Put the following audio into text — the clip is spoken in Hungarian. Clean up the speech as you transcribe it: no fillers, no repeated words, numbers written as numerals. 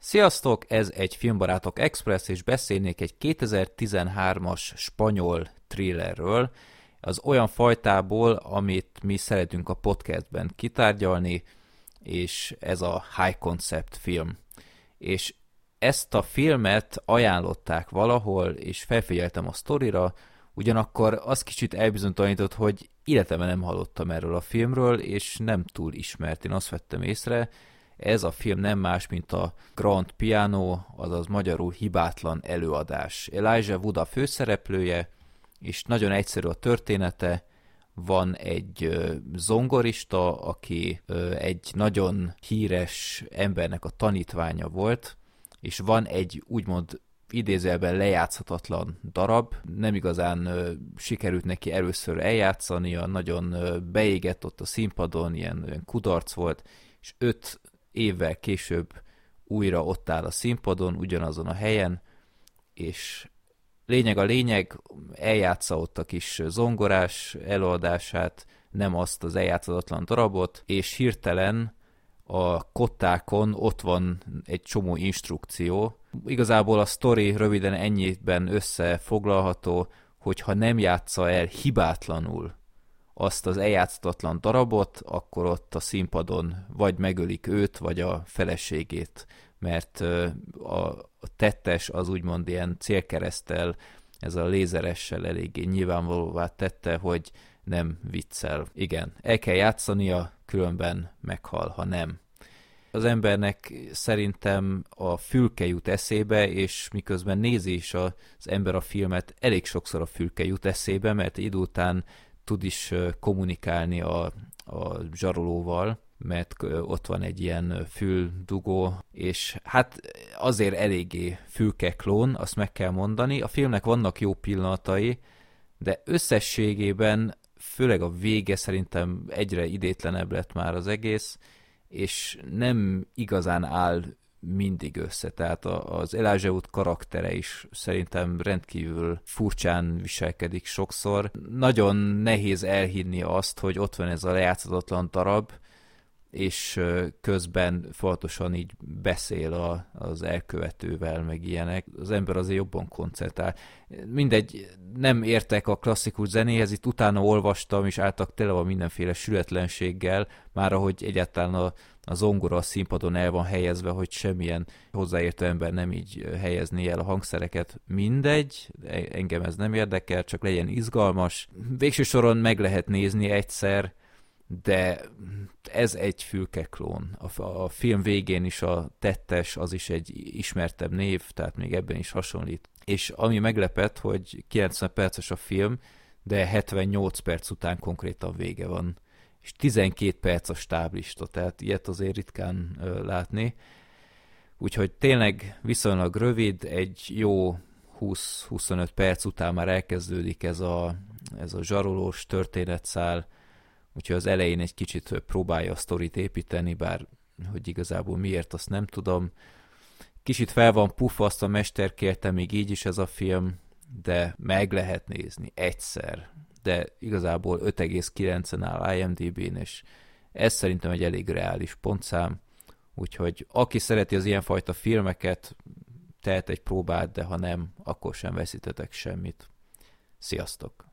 Sziasztok, ez egy Filmbarátok Express, és beszélnék egy 2013-as spanyol thrillerről, az olyan fajtából, amit mi szeretünk a podcastben kitárgyalni, és ez a High Concept film. És ezt a filmet ajánlották valahol, és felfigyeltem a sztorira, ugyanakkor az kicsit elbizonytalanított, hogy életemben nem hallottam erről a filmről, és nem túl ismert, én azt vettem észre. Ez a film nem más, mint a Grand Piano, azaz magyarul hibátlan előadás. Elijah Wood a főszereplője, és nagyon egyszerű a története. Van egy zongorista, aki egy nagyon híres embernek a tanítványa volt, és van egy úgymond idézőjelben lejátszhatatlan darab. Nem igazán sikerült neki először eljátszania, nagyon beégett ott a színpadon, ilyen kudarc volt, és 5 évvel később újra ott áll a színpadon, ugyanazon a helyen, és lényeg, eljátsza ott a kis zongorás előadását, nem azt az eljátszatlan darabot, és hirtelen a kottákon ott van egy csomó instrukció. Igazából a sztori röviden ennyiben összefoglalható, hogy ha nem játsza el hibátlanul azt az eljátszatlan darabot, akkor ott a színpadon vagy megölik őt, vagy a feleségét, mert a tettes az úgymond ilyen célkereszttel, ez a lézeressel eléggé nyilvánvalóvá tette, hogy nem viccel. Igen, el kell játszania, különben meghal, ha nem. Az embernek szerintem a fülke jut eszébe, és miközben nézi is az ember a filmet, elég sokszor a fülke jut eszébe, mert idő után tud is kommunikálni a zsarolóval, mert ott van egy ilyen füldugó, és hát azért eléggé fülkeklón, azt meg kell mondani. A filmnek vannak jó pillanatai, de összességében, főleg a vége szerintem egyre idétlenebb lett már az egész, és nem igazán áll mindig össze. Tehát az Elijah Wood karaktere is szerintem rendkívül furcsán viselkedik sokszor. Nagyon nehéz elhinni azt, hogy ott van ez a lejátszatlan darab, és közben folyamatosan így beszél az elkövetővel, meg ilyenek. Az ember azért jobban koncentrál. Mindegy, nem értek a klasszikus zenéhez, itt utána olvastam, és álltak tele van mindenféle sületlenséggel, már ahogy egyáltalán a zongora a színpadon el van helyezve, hogy semmilyen hozzáértő ember nem így helyezné el a hangszereket. Mindegy, engem ez nem érdekel, csak legyen izgalmas. Végső soron meg lehet nézni egyszer, de ez egy fülkeklón. A film végén is a tettes, az is egy ismertebb név, tehát még ebben is hasonlít. És ami meglepett, hogy 90 perces a film, de 78 perc után konkrétan vége van. És 12 perc a stáblista, tehát ilyet azért ritkán látni. Úgyhogy tényleg viszonylag rövid, egy jó 20-25 perc után már elkezdődik ez a zsarolós történetszál, úgyhogy az elején egy kicsit próbálja a sztorit építeni, bár hogy igazából miért, azt nem tudom. Kicsit fel van puffa, azt a mester kérte még így is ez a film, de meg lehet nézni egyszer. De igazából 5,9-en áll IMDb-n, és ez szerintem egy elég reális pontszám. Úgyhogy aki szereti az ilyenfajta filmeket, tehet egy próbát, de ha nem, akkor sem veszítetek semmit. Sziasztok!